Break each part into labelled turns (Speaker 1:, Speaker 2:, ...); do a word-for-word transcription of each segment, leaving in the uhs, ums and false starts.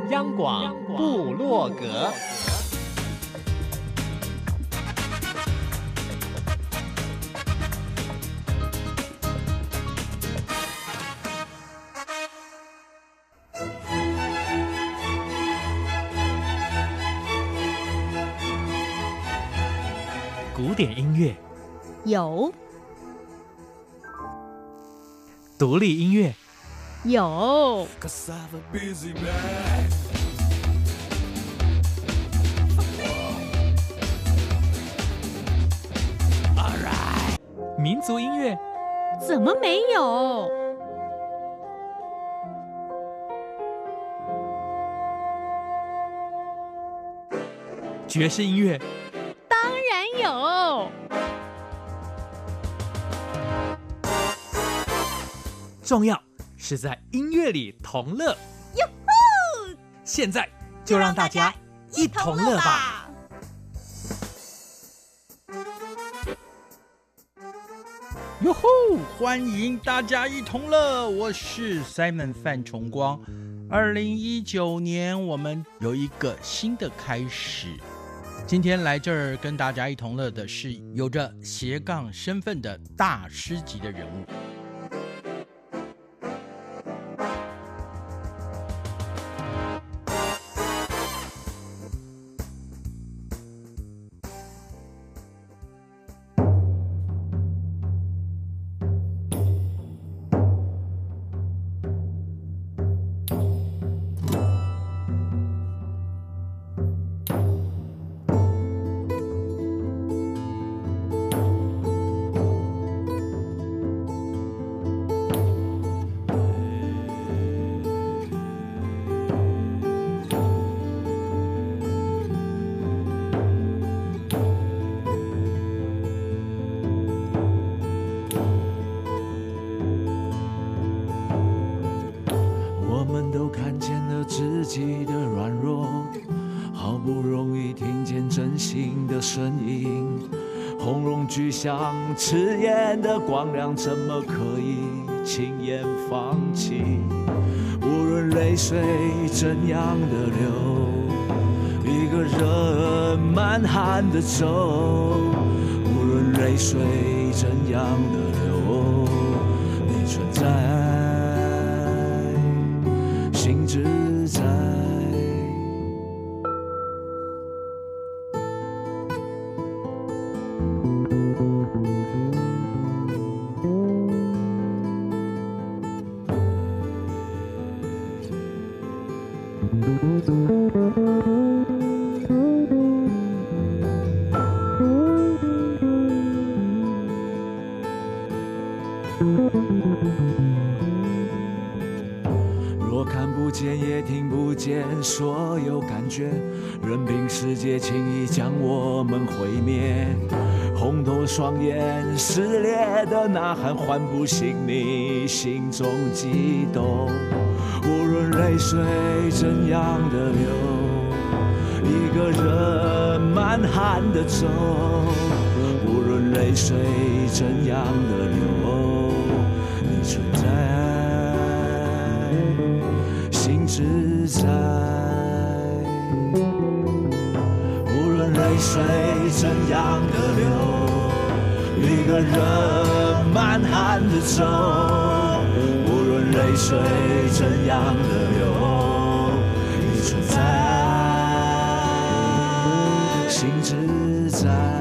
Speaker 1: 央广部落格。古典音乐
Speaker 2: 有，
Speaker 1: 独立音乐
Speaker 2: 有，
Speaker 1: 民族音乐
Speaker 2: 怎么没有？
Speaker 1: 爵士音乐
Speaker 2: 当然有。
Speaker 1: 重要是在音乐里同乐。
Speaker 2: 哟呼！
Speaker 1: 现在就让大家一同乐吧！
Speaker 3: 哟吼！欢迎大家一同乐，我是 Simon 范崇光。二零一九年，我们有一个新的开始。今天来这儿跟大家一同乐的是有着斜杠身份的大师级的人物。
Speaker 4: 自己的软弱，好不容易听见真心的声音，轰隆巨响，刺眼的光亮，怎么可以轻言放弃？无论泪水怎样的流，一个人满含的走，无论泪水怎样的流，你存在，心自在。若看不见也听不见所有感觉，任凭世界轻易将我们毁灭，红透双眼撕裂的呐喊唤不醒你心中悸动。无论泪水怎样的流，一个人满含的走，无论泪水怎样的流，你存在，心自在。无论泪水怎样的流，一个人满含的走，无论泪水怎样的流，你存在，心自在。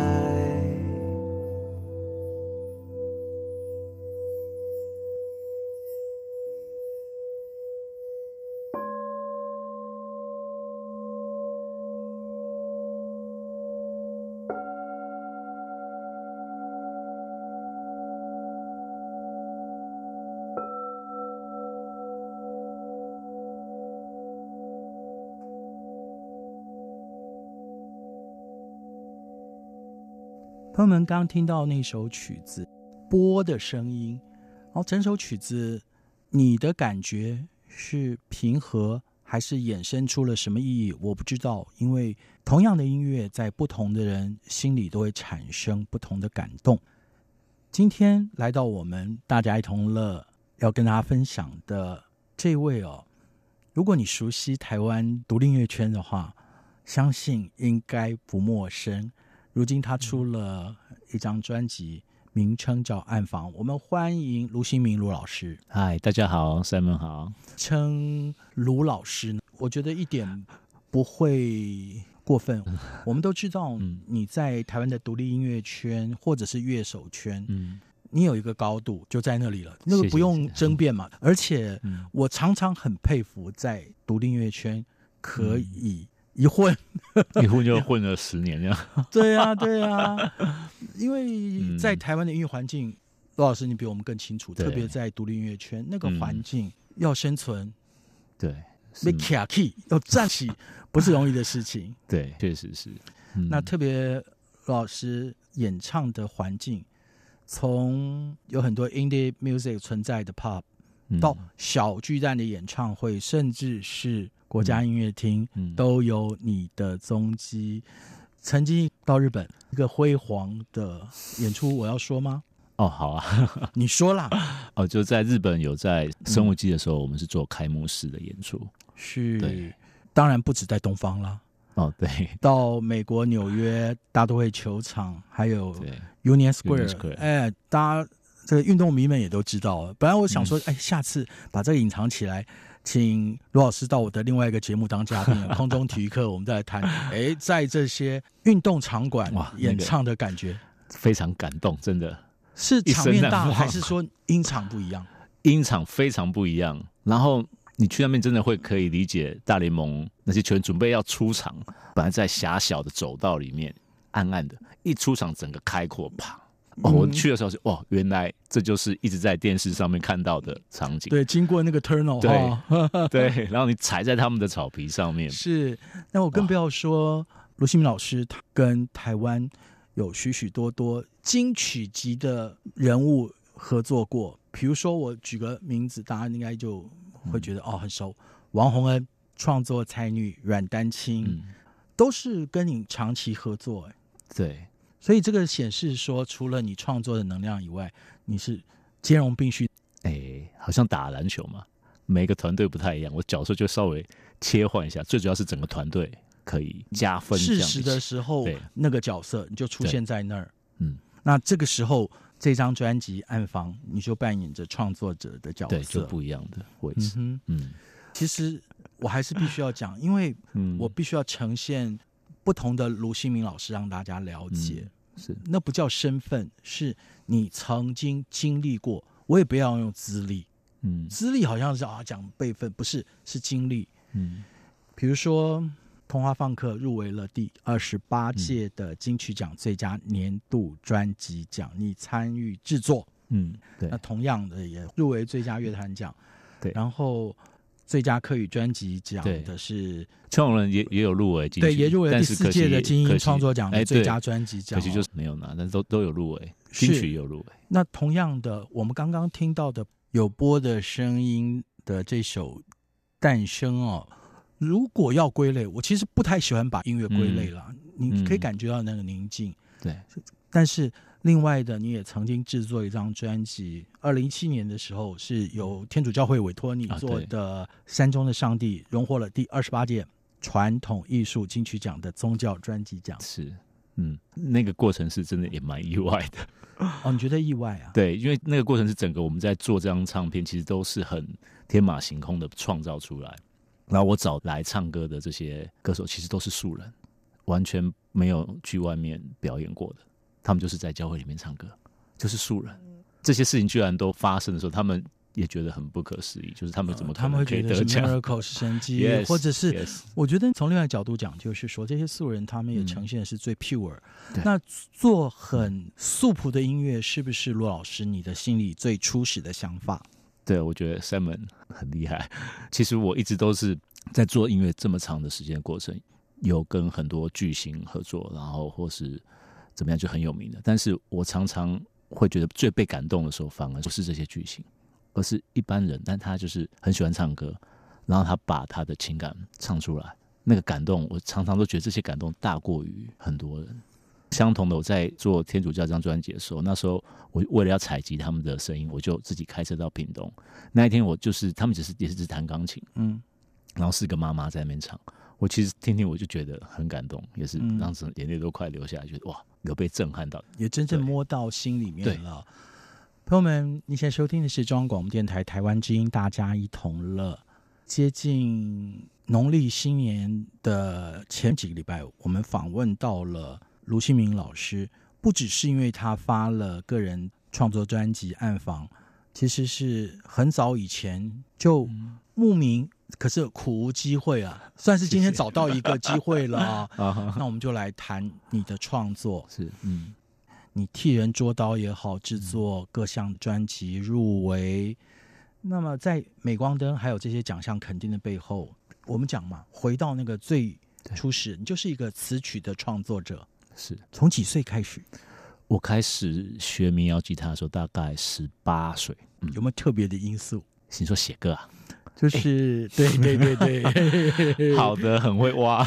Speaker 3: 朋友们刚听到那首曲子波的声音，然后整首曲子你的感觉是平和还是衍生出了什么意义我不知道，因为同样的音乐在不同的人心里都会产生不同的感动。今天来到我们大家一同乐要跟大家分享的这位哦， 如果你熟悉台湾独立音乐圈的话，相信应该不陌生。如今他出了一张专辑，名称叫《暗房》。我们欢迎卢新明卢老师。
Speaker 4: 嗨，大家好 ，Simon 好。
Speaker 3: 称卢老师呢，我觉得一点不会过分。我们都知道你在台湾的独立音乐圈或者是乐手圈，嗯，你有一个高度就在那里了，那个不用争辩嘛。谢谢，而且我常常很佩服在独立音乐圈可以一混，
Speaker 4: 一混就混了十年这样。
Speaker 3: 对啊，对啊，因为在台湾的音乐环境，罗老师你比我们更清楚，特别在独立音乐圈那个环境要生存，
Speaker 4: 对，
Speaker 3: 被卡起要站起，不是容易的事情。
Speaker 4: 对，确实是。嗯、
Speaker 3: 那特别罗老师演唱的环境，从有很多 indie music 存在的 pub，、嗯、到小巨蛋的演唱会，甚至是国家音乐厅、嗯、都有你的踪迹。曾经到日本一个辉煌的演出，我要说吗？
Speaker 4: 哦，好啊，
Speaker 3: 你说啦。
Speaker 4: 哦，就在日本有在生物季的时候、嗯，我们是做开幕式的演出。
Speaker 3: 是，当然不止在东方啦。
Speaker 4: 哦，对，
Speaker 3: 到美国纽约大都会球场，还有 Union Square， 哎，大家这个运动迷们也都知道了。本来我想说，嗯、哎，下次把这个隐藏起来，请罗老师到我的另外一个节目当嘉宾，空中体育课，我们再来谈。哎，在这些运动场馆演唱的感觉，
Speaker 4: 那个、非常感动，真的
Speaker 3: 是场面大，还是说音场不一样？
Speaker 4: 音场非常不一样，然后。你去那边真的会可以理解大联盟那些球员准备要出场，本来在狭小的走道里面暗暗的，一出场整个开阔，啪！哦，我去的时候是哇，原来这就是一直在电视上面看到的场景。
Speaker 3: 对，经过那个 tunnel，
Speaker 4: 对、
Speaker 3: 哦、
Speaker 4: 对，然后你踩在他们的草皮上面。
Speaker 3: 是，那我更不要说卢新明老师，他跟台湾有许许多多金曲级的人物合作过，比如说我举个名字，大家应该就。会觉得哦很熟，王洪恩、创作才女阮丹青、嗯，都是跟你长期合作哎。
Speaker 4: 对，
Speaker 3: 所以这个显示说，除了你创作的能量以外，你是兼容并蓄。
Speaker 4: 哎，好像打篮球嘛，每个团队不太一样，我角色就稍微切换一下，最主要是整个团队可以加分。
Speaker 3: 适时的时候，那个角色你就出现在那儿。嗯，那这个时候。这张专辑《暗房》，你就扮演着创作者的角色，
Speaker 4: 对，就不一样的位置。嗯
Speaker 3: 嗯，其实我还是必须要讲，因为我必须要呈现不同的卢新明老师，让大家了解。
Speaker 4: 嗯、是，
Speaker 3: 那不叫身份，是你曾经经历过。我也不要用资历，嗯，资历好像是啊讲辈分，不是，是经历。嗯，比如说。童话放客入围了第二十八届的金曲奖最佳年度专辑奖，你参与制作，嗯，对。那同样的也入围最佳乐坛奖，对。然后最佳客语专辑奖的是
Speaker 4: 邱永仁也也有入围金曲，
Speaker 3: 对，也入围了第四届的金音创作奖的最佳专辑奖，
Speaker 4: 可惜就是没有拿，但是都都有入围，金曲也有入围。
Speaker 3: 那同样的，我们刚刚听到的有波的声音的这首《诞生》哦。如果要归类，我其实不太喜欢把音乐归类啦、嗯、你可以感觉到那个宁静、嗯、
Speaker 4: 对。
Speaker 3: 但是另外的，你也曾经制作一张专辑，二零一七年的时候是由天主教会委托你做的《山中的上帝》，荣获了第二十八届传统艺术金曲奖的宗教专辑奖。
Speaker 4: 是，嗯，那个过程是真的也蛮意外的。
Speaker 3: 哦，你觉得意外啊？
Speaker 4: 对，因为那个过程是整个我们在做这张唱片，其实都是很天马行空的创造出来。然后我找来唱歌的这些歌手其实都是素人，完全没有去外面表演过的，他们就是在教会里面唱歌，就是素人。这些事情居然都发生的时候，他们也觉得很不可思议，就是他们怎么可能可以得奖、
Speaker 3: 呃、他们会觉得是 miracle 是神迹、yes, 或者是、yes. 我觉得从另外一个角度讲，就是说这些素人他们也呈现的是最 pure、嗯、那做很素朴的音乐，是不是罗老师你的心里最初始的想法？
Speaker 4: 对，我觉得 Simon 很厉害。其实我一直都是在做音乐这么长的时间的过程，有跟很多巨星合作，然后或是怎么样就很有名的。但是我常常会觉得最被感动的时候，反而不是这些巨星，而是一般人，但他就是很喜欢唱歌，然后他把他的情感唱出来，那个感动，我常常都觉得这些感动大过于很多人。相同的，我在做天主教这张专辑的时候，那时候我为了要采集他们的声音，我就自己开车到屏东。那一天我就是他们只是也是只弹钢琴，嗯， 然后四个妈妈在那边唱，我其实听听我就觉得很感动，也是当时眼泪都快流下来，觉得哇，有被震撼到，
Speaker 3: 也真正摸到心里面了。朋友们，你现在收听的是中央广播电台台湾之音，大家一同乐。接近农历新年的前几个礼拜，我们访问到了卢新明老师，不只是因为他发了个人创作专辑《暗访》，其实是很早以前就慕名，可是苦无机会啊，算是今天找到一个机会了啊。那我们就来谈你的创作，
Speaker 4: 是嗯，
Speaker 3: 你替人捉刀也好，制作各项专辑入围。那么在镁光灯还有这些奖项肯定的背后，我们讲嘛，回到那个最初始，你就是一个词曲的创作者。
Speaker 4: 是
Speaker 3: 从几岁开始？
Speaker 4: 我开始学民谣吉他的时候大概十八岁。
Speaker 3: 有没有特别的因素？
Speaker 4: 你说写歌啊？
Speaker 3: 就是、欸、对对对对，
Speaker 4: 好的，很会挖。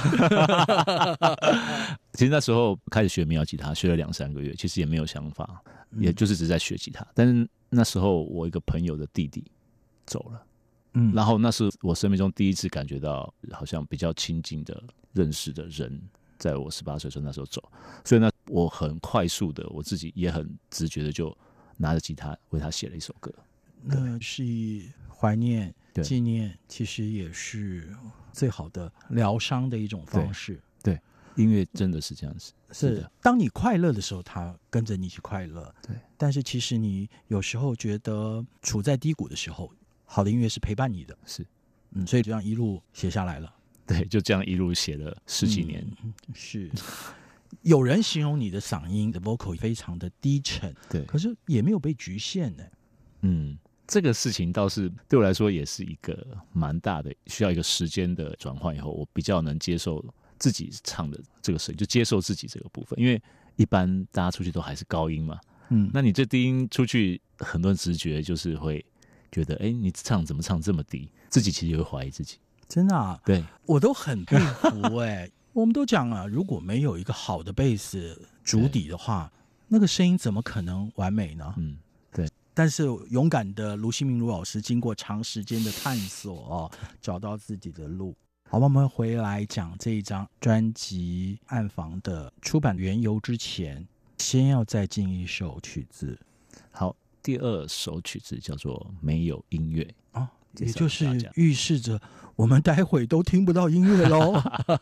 Speaker 4: 其实那时候开始学民谣吉他，学了两三个月，其实也没有想法，嗯、也就是只是在学吉他。但是那时候我一个朋友的弟弟走了，嗯，然后那是我生命中第一次感觉到好像比较亲近的认识的人，在我十八岁的时候那时候走，所以呢，我很快速的，我自己也很直觉的就拿着吉他为他写了一首歌。
Speaker 3: 那是怀念、纪念，其实也是最好的疗伤的一种方式。
Speaker 4: 对，对，音乐真的是这样子。
Speaker 3: 是的，当你快乐的时候，他跟着你一起快乐。
Speaker 4: 对，
Speaker 3: 但是其实你有时候觉得处在低谷的时候，好的音乐是陪伴你的。
Speaker 4: 是，
Speaker 3: 嗯，所以这样一路写下来了。
Speaker 4: 对，就这样一路写了十几年。
Speaker 3: 嗯、是。有人形容你的嗓音的 vocal 非常的低沉，
Speaker 4: 对，
Speaker 3: 可是也没有被局限呢。
Speaker 4: 嗯。这个事情倒是对我来说也是一个蛮大的，需要一个时间的转换以后，我比较能接受自己唱的这个声音，就接受自己这个部分。因为一般大家出去都还是高音嘛，嗯，那你这低音出去，很多人直觉就是会觉得，哎，你唱怎么唱这么低？自己其实也会怀疑自己。
Speaker 3: 真的啊？
Speaker 4: 对，
Speaker 3: 我都很佩服哎、欸。我们都讲啊，如果没有一个好的贝斯主底的话，那个声音怎么可能完美呢？嗯。但是勇敢的卢新明卢老师经过长时间的探索、哦、找到自己的路。好吧，我们回来讲这一张专辑《暗访》的出版缘由之前，先要再进一首曲子。
Speaker 4: 好，第二首曲子叫做《没有音乐》
Speaker 3: 哦，也就是预示着我们待会都听不到音乐喽。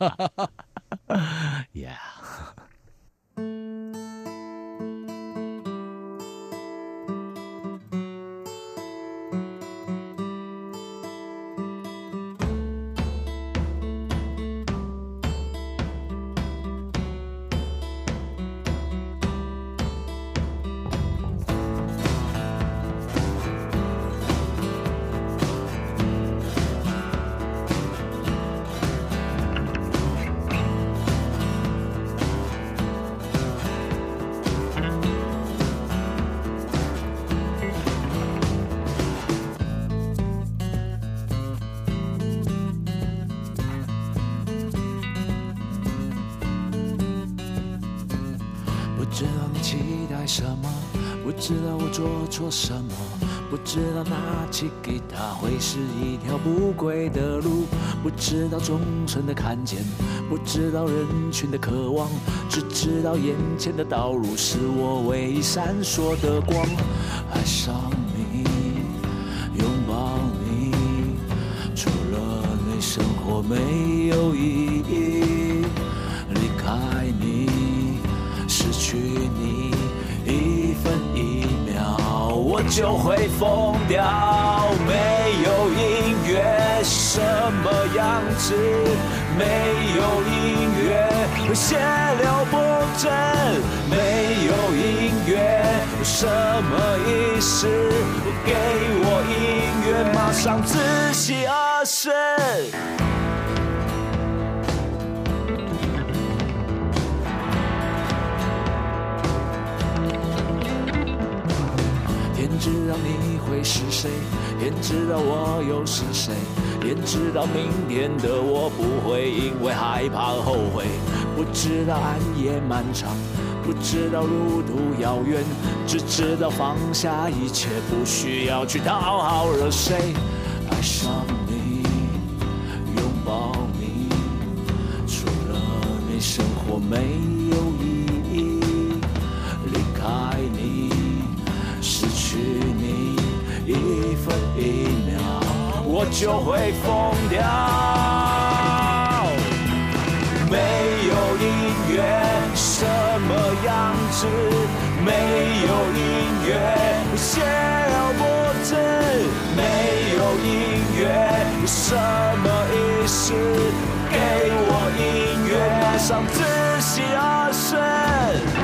Speaker 4: yeah。什么？不知道我做错什么，不知道拿起吉他会是一条不归的路，不知道忠诚的看见，不知道人群的渴望，只知道眼前的道路是我唯一闪烁的光。爱上你，拥抱你，除了你生活没有意义，离开你，失去你一分一秒，我就会疯掉。没有音乐什么样子？没有音乐会血流不止。没有音乐有什么意思？给我音乐，马上自喜而死。天知道你会是谁，天知道我又是谁，天知道明天的我不会因为害怕而后悔。不知道暗夜漫长，不知道路途遥远，只知道放下一切，不需要去讨好惹谁。爱上你，拥没有意义。离开你，失去你，一分一秒，我就会疯掉。没有音乐什么样子？没有音乐写了脖子。没有音乐有什么意思？给我音乐，马上自喜而生。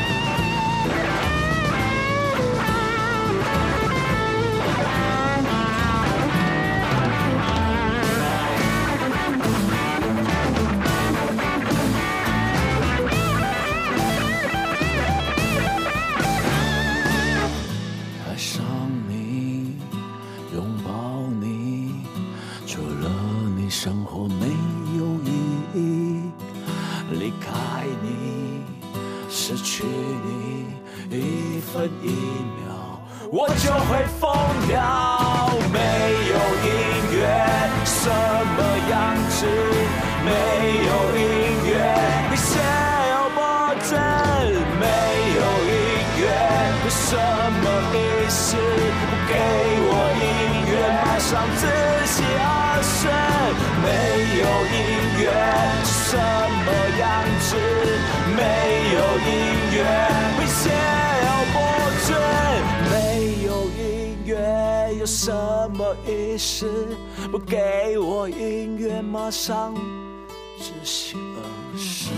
Speaker 4: 生活没有意义，离开你，失去你，一分一秒，我就会疯掉。没有音乐什么样子？没有音乐你写了脖子。没有音乐什么意思？不给我音乐，马上自喜而生。没有音乐是什么样子？没有音乐会写了脖子。没有音乐有什么意思？不给我音乐，马上自喜而生。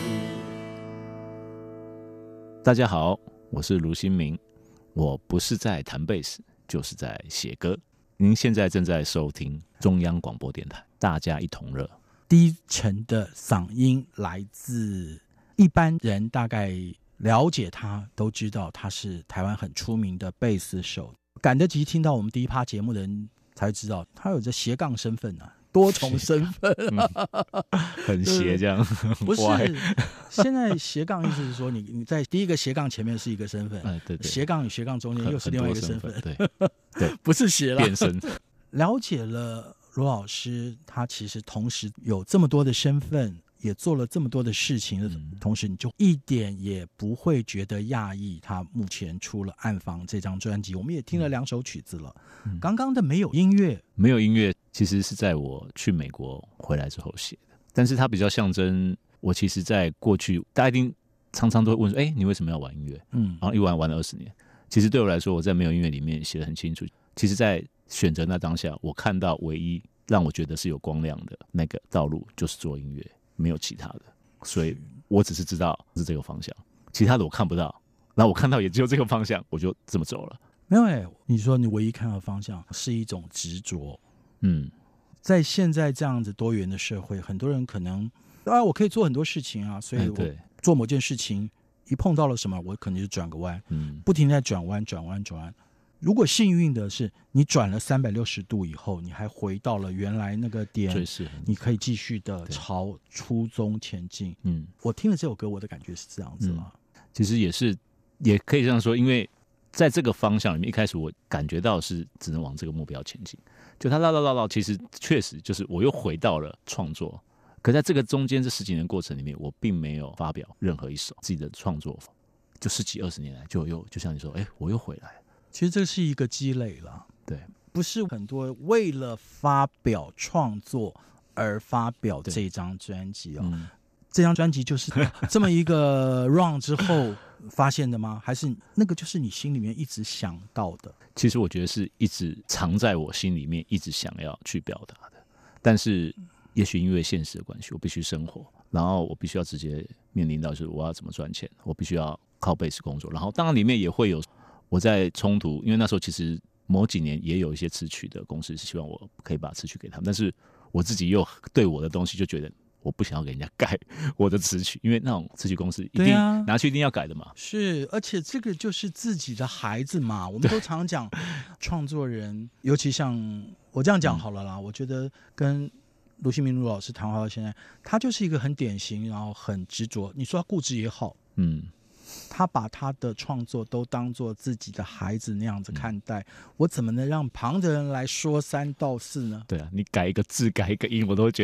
Speaker 4: 大家好，我是卢新明，我不是在弹贝斯，就是在写歌。您现在正在收听中央广播电台，大家一同乐。
Speaker 3: 低沉的嗓音来自一般人大概了解他都知道他是台湾很出名的贝斯手，赶得及听到我们第一趴节目的人才知道他有着斜杠身份啊，多重身份、
Speaker 4: 嗯、很斜这样
Speaker 3: 不是现在斜杠意思是说 你, 你在第一个斜杠前面是一个身份、哎、对对，斜杠与斜杠中间又是另外一个身份，
Speaker 4: 对对，
Speaker 3: 不是斜了
Speaker 4: 变身。
Speaker 3: 了解了罗老师他其实同时有这么多的身份，也做了这么多的事情的同时，你就一点也不会觉得讶异他目前出了暗房这张专辑，我们也听了两首曲子了、嗯、刚刚的没有音乐
Speaker 4: 没有音乐其实是在我去美国回来之后写的，但是它比较象征我其实在过去大家一定常常都会问说，哎，你为什么要玩音乐？嗯，然后一玩玩了二十年。其实对我来说，我在没有音乐里面写得很清楚，其实在选择那当下，我看到唯一让我觉得是有光亮的那个道路就是做音乐，没有其他的，所以我只是知道是这个方向，其他的我看不到，然后我看到也只有这个方向，我就这么走了。
Speaker 3: 没有哎，你说你唯一看到的方向是一种执着，
Speaker 4: 嗯，在
Speaker 3: 现在这样子多元的社会，很多人可能啊，我可以做很多事情啊，所以我做某件事情一碰到了什么，我可能就转个弯，嗯，不停地在转弯转弯转弯。如果幸运的是你转了三百六十度以后，你还回到了原来那个点，你可以继续的朝初衷前进。嗯，我听了这首歌，我的感觉是这样子了、
Speaker 4: 嗯。其实也是，也可以这样说，因为在这个方向里面，一开始我感觉到是只能往这个目标前进。就他绕绕绕绕，其实确实就是我又回到了创作。可在这个中间这十几年过程里面，我并没有发表任何一首自己的创作，就十几二十年来，就又就像你说，哎，我又回来了。
Speaker 3: 其实这是一个积累了，
Speaker 4: 对，
Speaker 3: 不是很多为了发表创作而发表这张专辑哦。嗯、这张专辑就是这么一个 run 之后发现的吗？还是那个就是你心里面一直想到的？
Speaker 4: 其实我觉得是一直藏在我心里面，一直想要去表达的。但是也许因为现实的关系，我必须生活，然后我必须要直接面临到就是我要怎么赚钱，我必须要靠贝斯工作，然后当然里面也会有。我在冲突，因为那时候其实某几年也有一些词曲的公司是希望我可以把词曲给他们，但是我自己又对我的东西就觉得我不想要给人家改我的词曲，因为那种词曲公司一定拿去一定要改的嘛。
Speaker 3: 是，而且这个就是自己的孩子嘛，我们都常讲创作人，尤其像我这样讲好了啦、嗯、我觉得跟卢新明卢老师谈话到现在，他就是一个很典型，然后很执着，你说他固执也好，嗯，他把他的创作都当作自己的孩子那样子看待、嗯、我怎么能让旁的人来说三道四呢？
Speaker 4: 对啊，你改一个字改一个音我都觉得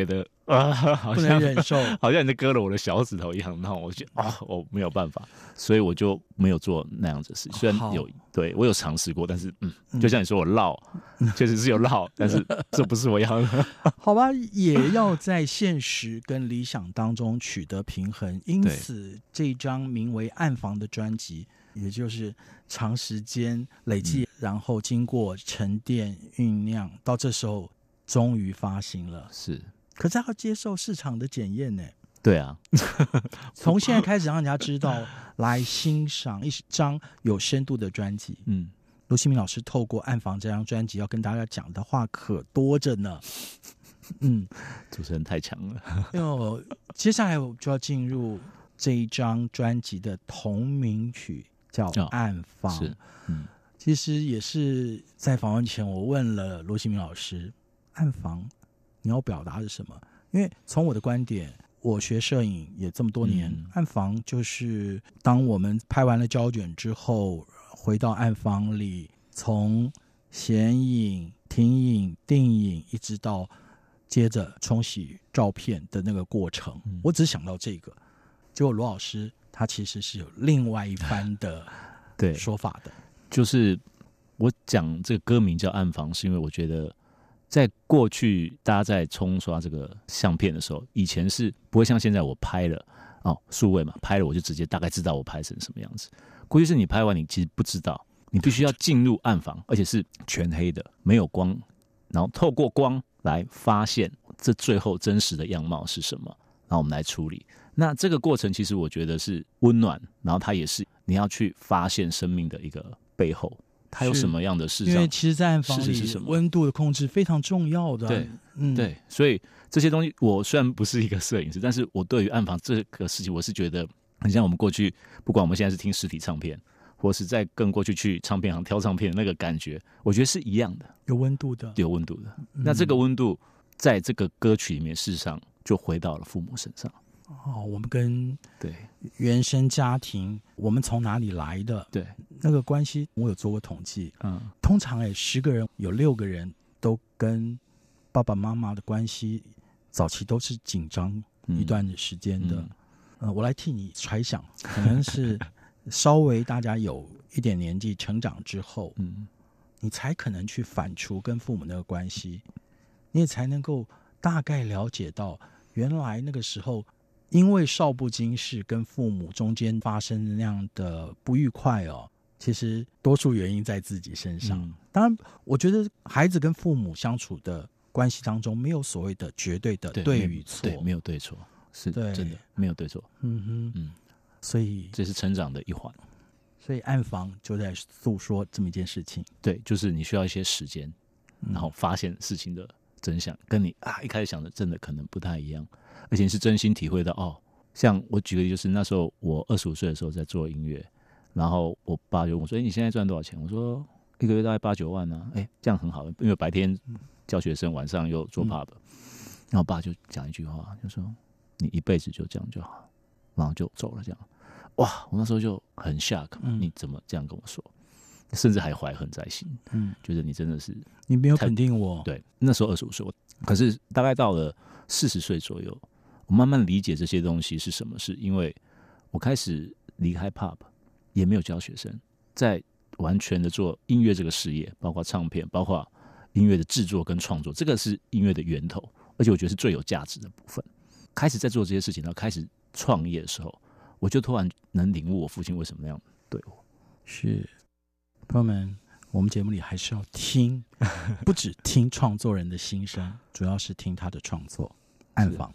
Speaker 4: 啊，好
Speaker 3: 不能
Speaker 4: 像
Speaker 3: 忍受。
Speaker 4: 好像你割了我的小指头一样，然后我就啊，我没有办法，所以我就没有做那样子的事。虽然有，对我有尝试过，但是嗯，就像你说我绕，确实是有绕，但是这不是我要的。
Speaker 3: 好吧，也要在现实跟理想当中取得平衡。因此，这张名为《暗房》的专辑，也就是长时间累积，嗯、然后经过沉淀酝酿，到这时候终于发行了。
Speaker 4: 是。
Speaker 3: 可是要接受市场的检验呢？
Speaker 4: 对啊，
Speaker 3: 从现在开始让人家知道来欣赏一张有深度的专辑。嗯，罗新明老师透过《暗房》这张专辑要跟大家讲的话可多着呢。嗯，
Speaker 4: 主持人太强了。
Speaker 3: 因为我接下来我就要进入这一张专辑的同名曲，叫《暗房》。哦、是，嗯，其实也是在访问前，我问了罗新明老师，《暗房》你要表达是什么？因为从我的观点，我学摄影也这么多年，嗯、暗房就是当我们拍完了胶卷之后，回到暗房里，从显影、停影、定影，一直到接着冲洗照片的那个过程，嗯、我只想到这个。结果罗老师他其实是有另外一番的说法的，
Speaker 4: 就是我讲这个歌名叫《暗房》，是因为我觉得。在过去，大家在冲刷这个相片的时候，以前是不会像现在我拍了哦，数位嘛，拍了我就直接大概知道我拍成什么样子。过去是你拍完，你其实不知道，你必须要进入暗房，而且是全黑的，没有光，然后透过光来发现这最后真实的样貌是什么，然后我们来处理。那这个过程其实我觉得是温暖，然后它也是你要去发现生命的一个背后。它有什么样的事情？
Speaker 3: 因为其实在暗房里温度的控制非常重要的。
Speaker 4: 对，
Speaker 3: 嗯，
Speaker 4: 对，所以这些东西，我虽然不是一个摄影师，但是我对于暗房这个事情，我是觉得很像我们过去，不管我们现在是听实体唱片，或是在更过去去唱片行挑唱片的那个感觉，我觉得是一样的，
Speaker 3: 有温度的，
Speaker 4: 有温度的。嗯、那这个温度在这个歌曲里面，事实上就回到了父母身上。
Speaker 3: 哦，我们跟
Speaker 4: 对
Speaker 3: 原生家庭，我们从哪里来的？
Speaker 4: 对
Speaker 3: 那个关系，我有做过统计。嗯，通常哎，十个人有六个人都跟爸爸妈妈的关系早期都是紧张一段时间的。嗯嗯呃，我来替你揣想，可能是稍微大家有一点年纪成长之后，嗯，你才可能去反刍跟父母那个关系，你也才能够大概了解到原来那个时候。因为少不经事跟父母中间发生的那样的不愉快哦，其实多数原因在自己身上。嗯、当然，我觉得孩子跟父母相处的关系当中，没有所谓的绝对的对与错，
Speaker 4: 对，没有对错，是真的没有对错。
Speaker 3: 嗯哼，嗯，所以
Speaker 4: 这是成长的一环。
Speaker 3: 所以暗房就在诉说这么一件事情。
Speaker 4: 对，就是你需要一些时间，然后发现事情的真相，跟你啊一开始想的真的可能不太一样。而且是真心体会到哦，像我举个例，就是那时候我二十五岁的时候在做音乐，然后我爸就问我说：“哎、欸，你现在赚多少钱？”我说：“一个月大概八九万啊。”哎，这样很好，因为白天教学生，晚上又做 pub、嗯。然后我爸就讲一句话，就说：“你一辈子就这样就好。”然后就走了。这样，哇！我那时候就很 shock，、嗯、你怎么这样跟我说？甚至还怀恨在心，嗯，觉得你真的是
Speaker 3: 你没有肯定我。
Speaker 4: 对，那时候二十五岁，可是大概到了四十岁左右。我慢慢理解这些东西是什么，是因为我开始离开 pub， 也没有教学生，在完全的做音乐这个事业，包括唱片，包括音乐的制作跟创作，这个是音乐的源头，而且我觉得是最有价值的部分。开始在做这些事情，然后开始创业的时候，我就突然能领悟我父亲为什么那样对我。
Speaker 3: 是，朋友们，我们节目里还是要听，不只听创作人的心声，主要是听他的创作。暗房。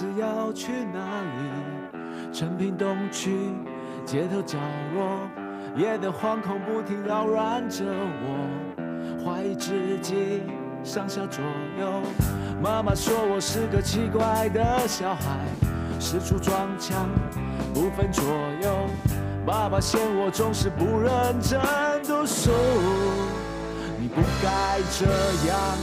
Speaker 4: 街头角落， 夜的惶恐不停扰乱着我，怀疑自己上下左右。妈妈说我是个奇怪的小孩，四处撞墙不分左右。爸爸嫌我总是不认真读书，你不该这样。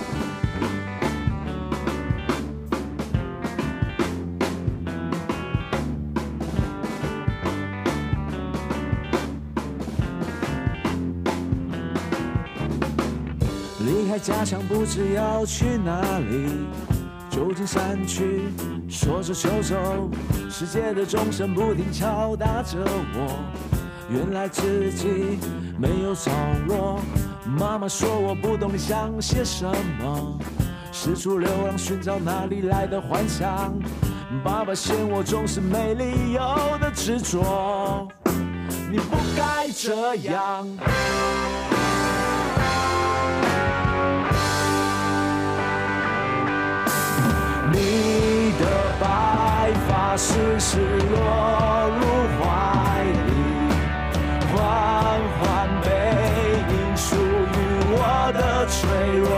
Speaker 4: 离开家乡不知要去哪里，旧金山去，说走就走，世界的钟声不停敲打着我，原来自己没有着落。妈妈说我不懂你想些什么，四处流浪寻找哪里来的幻想。爸爸嫌我总是没理由的执着，你不该这样。你的白发丝丝落入怀里，缓缓背影属于我的脆弱，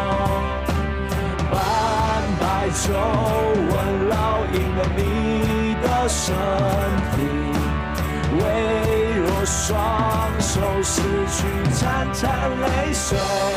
Speaker 4: 斑白皱纹烙印了你的身体，微弱双手失去潺潺泪水。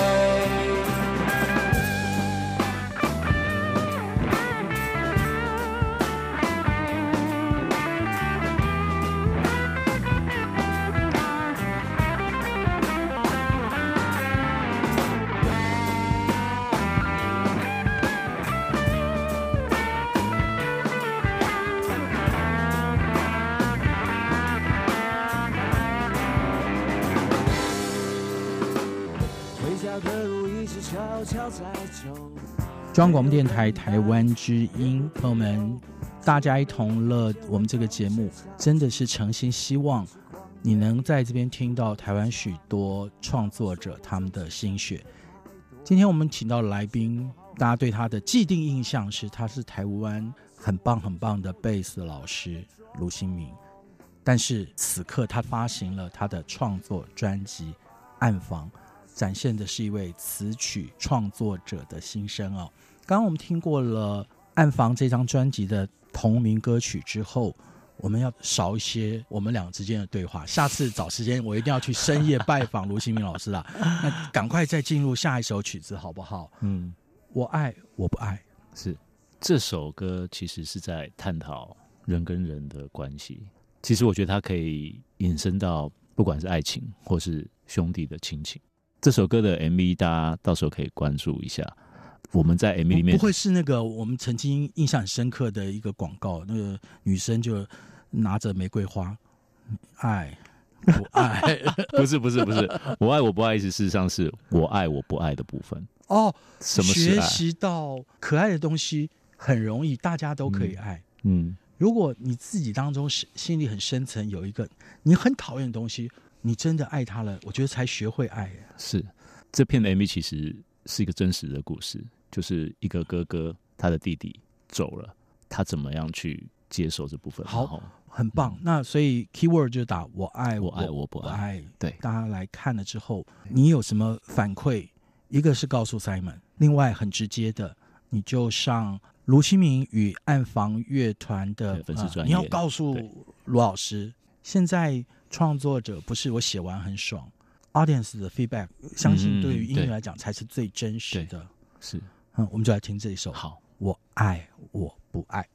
Speaker 3: 中央广播电台台湾之音，朋友们，大家一同乐。我们这个节目真的是诚心希望你能在这边听到台湾许多创作者他们的心血。今天我们请到的来宾，大家对他的既定印象是他是台湾很棒很棒的贝斯老师卢新明，但是此刻他发行了他的创作专辑《暗房》，展现的是一位词曲创作者的心声哦。刚刚我们听过了《暗房》这张专辑的同名歌曲之后，我们要少一些我们俩之间的对话。下次找时间我一定要去深夜拜访卢新明老师啦。那赶快再进入下一首曲子好不好？嗯，我爱我不爱。
Speaker 5: 是这首歌其实是在探讨人跟人的关系。其实我觉得它可以引申到不管是爱情或是兄弟的亲情。这首歌的 M V 大家到时候可以关注一下。我们在 M V 里面
Speaker 3: 不, 不会是那个我们曾经印象很深刻的一个广告，那个女生就拿着玫瑰花，爱不爱？
Speaker 5: 不是不是不是，我爱我不爱，事实上是我爱我不爱的部分。
Speaker 3: 哦，
Speaker 5: 什么是爱？
Speaker 3: 学习到可爱的东西很容易，大家都可以爱。嗯，嗯如果你自己当中心里很深层有一个你很讨厌的东西，你真的爱他了，我觉得才学会爱。
Speaker 5: 是，这片的 M V 其实是一个真实的故事，就是一个哥哥他的弟弟走了，他怎么样去接受这部分。
Speaker 3: 好，很棒。嗯、那所以 keyword 就打我爱
Speaker 5: 我爱我不爱。
Speaker 3: 爱
Speaker 5: 对，
Speaker 3: 大家来看了之后，你有什么反馈？一个是告诉 Simon， 另外很直接的，你就上卢新明与暗房乐团的
Speaker 5: 粉丝专页、
Speaker 3: 呃，你要告诉卢老师，现在创作者不是我写完很爽。audience 的 feedback， 相信对于音乐来讲才是最真实的。
Speaker 5: 是，
Speaker 3: 嗯，我们就来听这一首。
Speaker 5: 好，
Speaker 3: 我爱我不爱。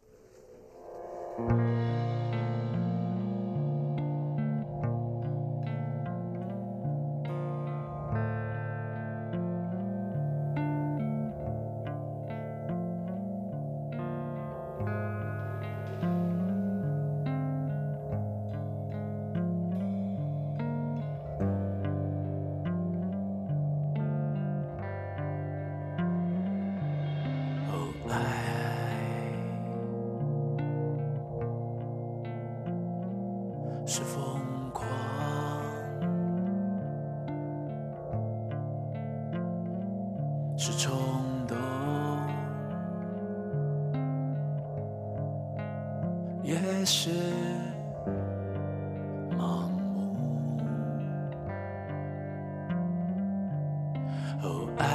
Speaker 4: 是疯狂，是冲动，也是盲目。 哦，爱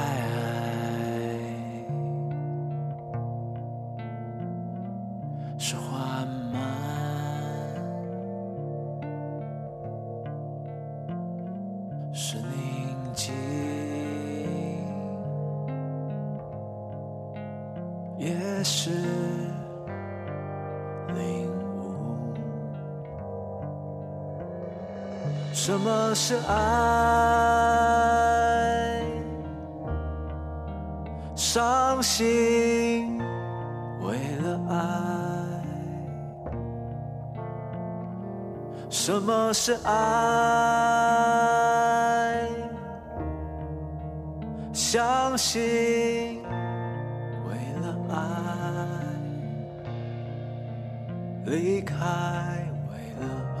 Speaker 4: 是缓慢，是宁静，也是领悟。什么是爱？伤心为了爱。什么是爱？相信为了爱，离开为了爱。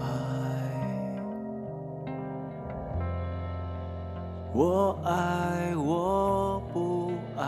Speaker 4: 我爱我不爱。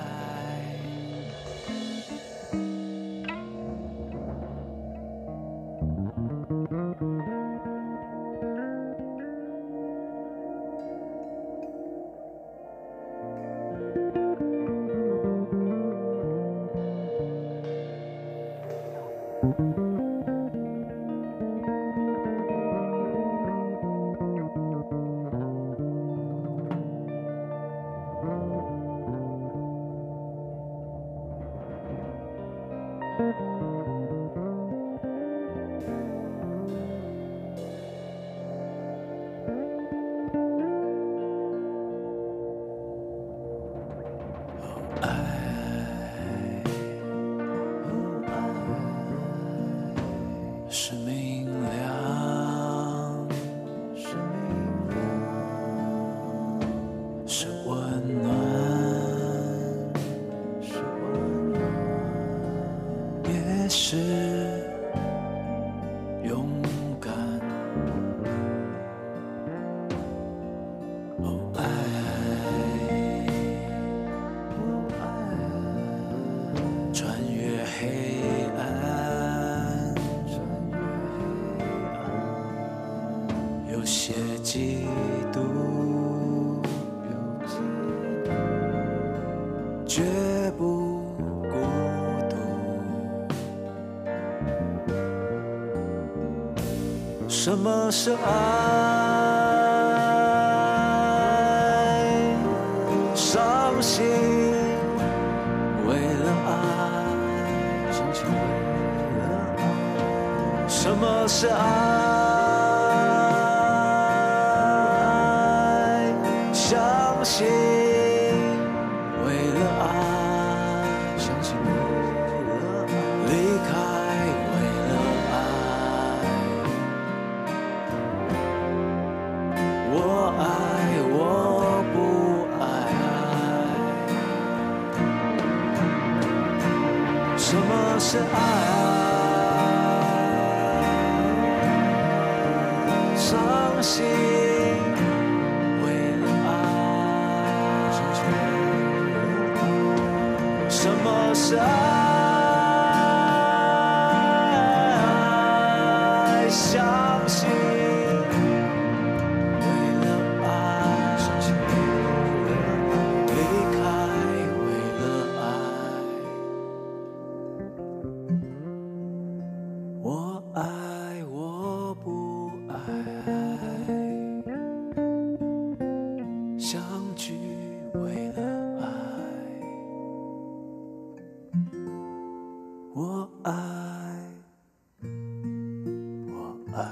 Speaker 4: 是明亮，是明亮，是温暖，是温暖，也是勇敢。哦，爱，哦爱，穿越黑暗。有些嫉妒，绝不孤独。什么是爱？伤心为了爱，伤心为了爱。什么是爱？相信为了爱，相信为了爱，离开为了爱。我爱我不爱，什么是爱？伤心什么是爱？相信为了爱，相信为了爱，离开为了爱。我爱我不爱，相聚为了爱。我爱，我爱。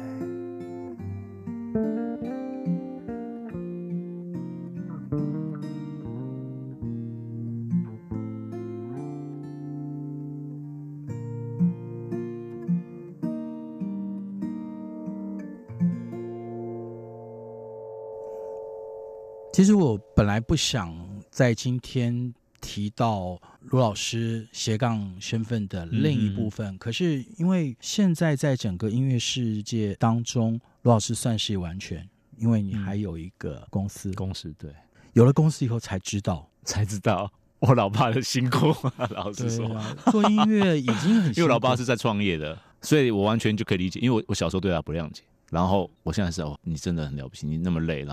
Speaker 3: 其实我本来不想在今天提到卢老师斜杠身份的另一部分，嗯、可是因为现在在整个音乐世界当中，卢老师算是完全，因为你还有一个公司，
Speaker 5: 嗯、公司对，
Speaker 3: 有了公司以后才知道，
Speaker 5: 才知道我老爸的辛苦。老实说，
Speaker 3: 啊、做音乐已经很辛苦，
Speaker 5: 因为我老爸是在创业的，所以我完全就可以理解，因为我我小时候对他不谅解，然后我现在是哦，你真的很了不起，你那么累，然后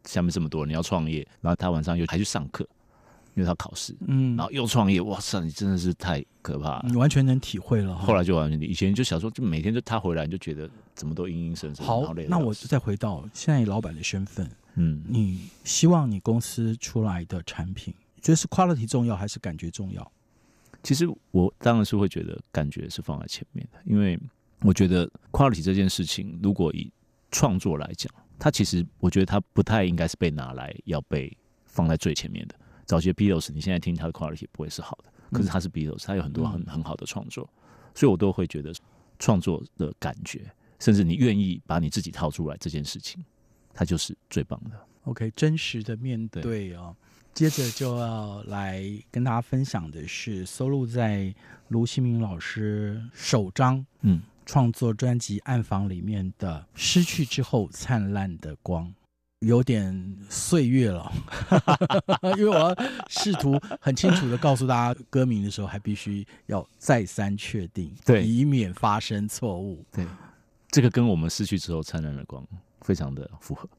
Speaker 5: 下面这么多人，你要创业，然后他晚上又还去上课，因为他考试，
Speaker 3: 嗯，
Speaker 5: 然后又创业，哇塞，你真的是太可怕了。
Speaker 3: 你完全能体会了。
Speaker 5: 后来就完全，以前就想说，就每天就他回来，你就觉得怎么都阴阴森森。
Speaker 3: 好，那我就再回到现在老板的身份，
Speaker 5: 嗯，
Speaker 3: 你希望你公司出来的产品，觉得是 quality 重要还是感觉重要？
Speaker 5: 其实我当然是会觉得感觉是放在前面的，因为我觉得 quality 这件事情，如果以创作来讲，它其实我觉得它不太应该是被拿来要被放在最前面的。早期的 Beatles 你现在听它的 quality 不会是好的，可是它是 Beatles， 它有很多很很好的创作，所以我都会觉得创作的感觉，甚至你愿意把你自己套出来这件事情，它就是最棒的。
Speaker 3: OK， 真实的面对哦。接着就要来跟大家分享的是收录在卢新明老师首张
Speaker 5: 嗯
Speaker 3: 创作专辑《暗房》里面的《失去之后灿烂的光》，有点岁月了因为我要试图很清楚的告诉大家歌名的时候还必须要再三确定，
Speaker 5: 对，
Speaker 3: 以免发生错误。
Speaker 5: 对，这个跟我们失去之后灿烂的光非常的符合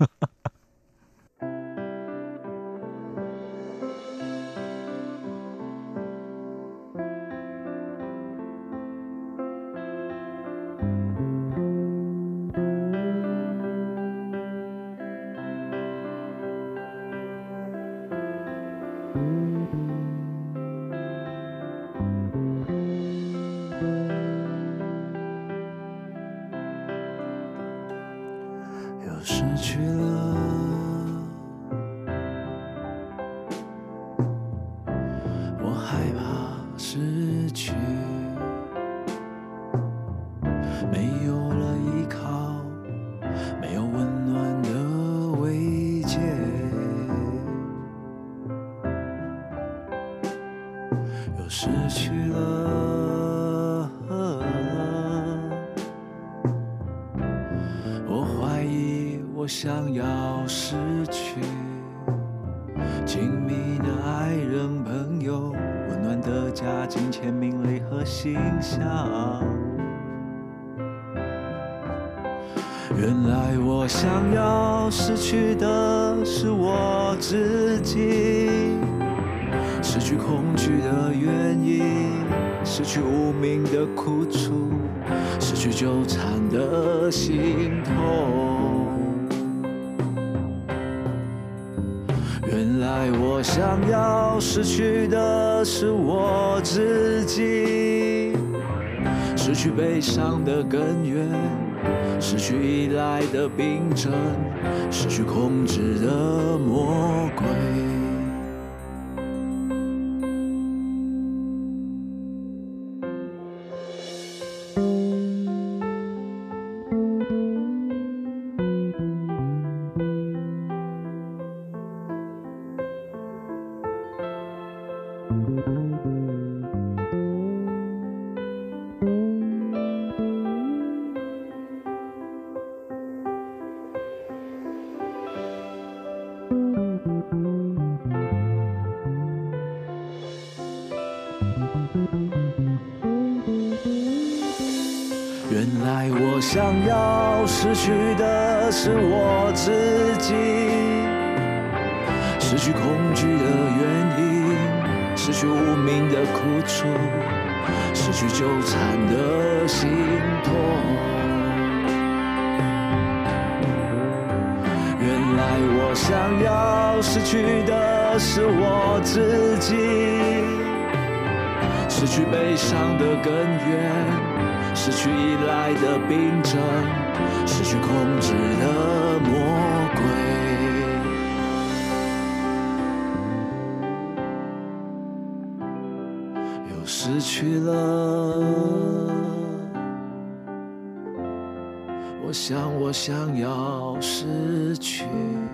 Speaker 4: 失去了，我害怕失去，没有了依靠，没有温暖的慰藉，又失去了，我怀疑我想要失去亲密的爱人朋友，温暖的家金钱名利和形象。原来我想要失去的是我自己，失去恐惧的原因，失去无名的苦楚，失去纠缠的心痛。原来我想要失去的是我自己，失去悲伤的根源，失去依赖的病症，失去控制的魔鬼。原来我想要失去的是我自己，失去恐惧的原因，失去无名的苦楚，失去纠缠的心痛。原来我想要失去的是我自己，失去悲伤的根源，失去依赖的病症，失去控制的魔鬼。又失去了，我想我想要失去，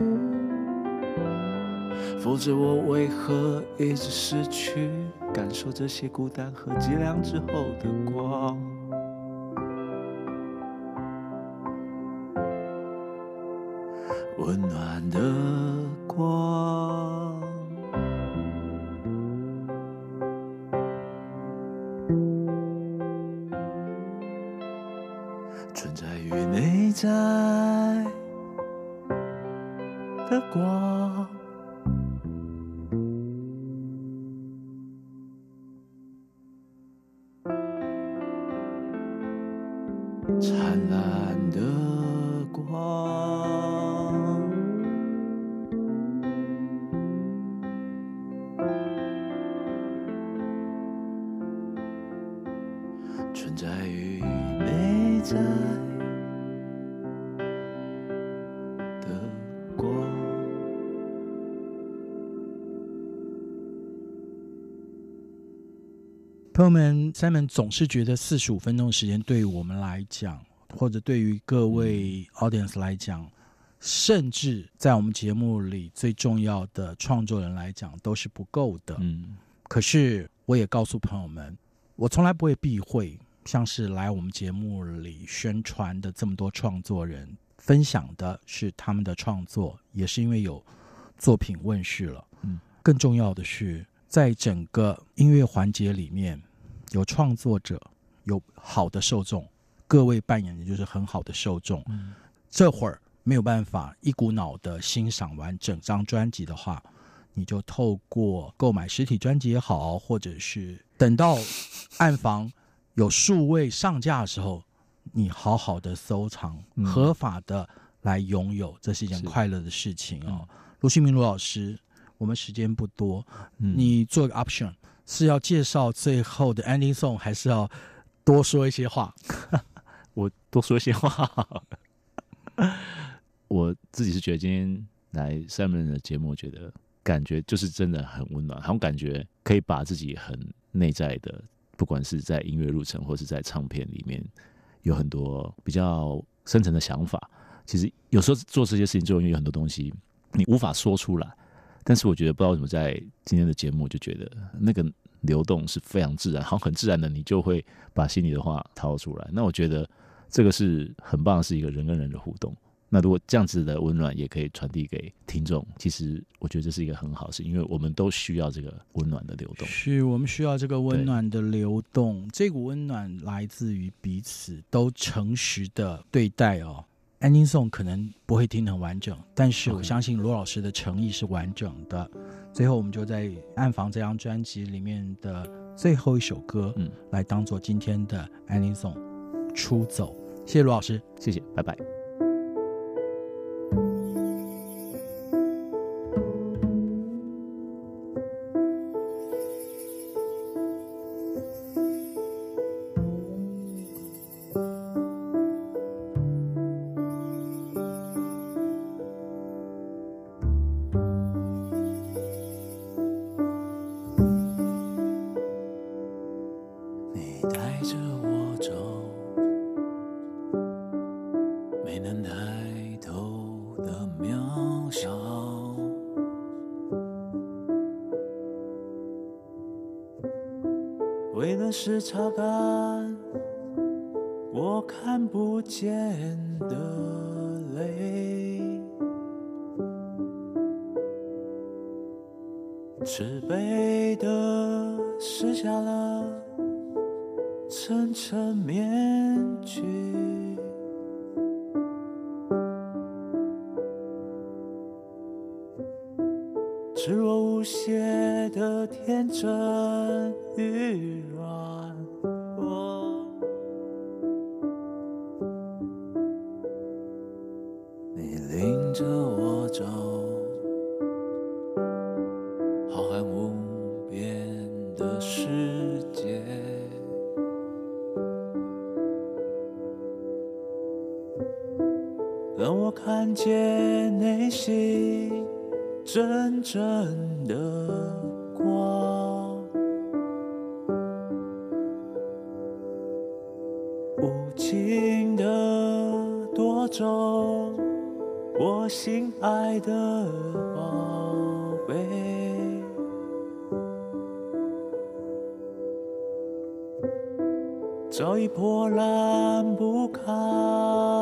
Speaker 4: 否则我为何一直失去，感受这些孤单和寂寥之后的光。温暖的光，存在与内在， 光，灿烂的光，存在与内在的光。
Speaker 3: 朋友们 Simon 总是觉得四十五分钟的时间对于我们来讲，或者对于各位 audience 来讲，甚至在我们节目里最重要的创作人来讲都是不够的。
Speaker 5: 嗯，
Speaker 3: 可是我也告诉朋友们，我从来不会避讳像是来我们节目里宣传的这么多创作人，分享的是他们的创作，也是因为有作品问世了。
Speaker 5: 嗯，
Speaker 3: 更重要的是在整个音乐环节里面，有创作者，有好的受众，各位扮演的就是很好的受众。
Speaker 5: 嗯，
Speaker 3: 这会儿没有办法一股脑的欣赏完整张专辑的话，你就透过购买实体专辑也好，或者是等到暗房有数位上架的时候，你好好的收藏，
Speaker 5: 嗯、
Speaker 3: 合法的来拥有，这是一件快乐的事情哦。卢旭明卢老师，我们时间不多，嗯、你做个 option 是要介绍最后的 ending song， 还是要多说一些话？
Speaker 5: 我多说一些话。我自己是觉得今天来 Simon 的节目，我觉得感觉就是真的很温暖，好像感觉可以把自己很内在的，不管是在音乐路程或是在唱片里面，有很多比较深层的想法。其实有时候做这些事情，就因为有很多东西你无法说出来，但是我觉得不知道为什么在今天的节目，就觉得那个流动是非常自然，好像很自然的，你就会把心里的话掏出来。那我觉得这个是很棒的，是一个人跟人的互动。那如果这样子的温暖也可以传递给听众，其实我觉得这是一个很好的事，因为我们都需要这个温暖的流动。
Speaker 3: 是，我们需要这个温暖的流动，这股温暖来自于彼此都诚实的对待哦。ending song 可能不会听得很完整，但是我相信罗老师的诚意是完整的。最后我们就在暗房这张专辑里面的最后一首歌，嗯，来当做今天的 ending song 出走。谢谢罗老师，
Speaker 5: 谢谢，拜拜。
Speaker 4: 为了是擦干我看不见的泪，慈悲的撕下了层层面具，赤裸无邪的天真与软弱，你领着我走浩瀚无边的世界，让我看见内心真正的光，无情的夺走我心爱的宝贝，早已破烂不堪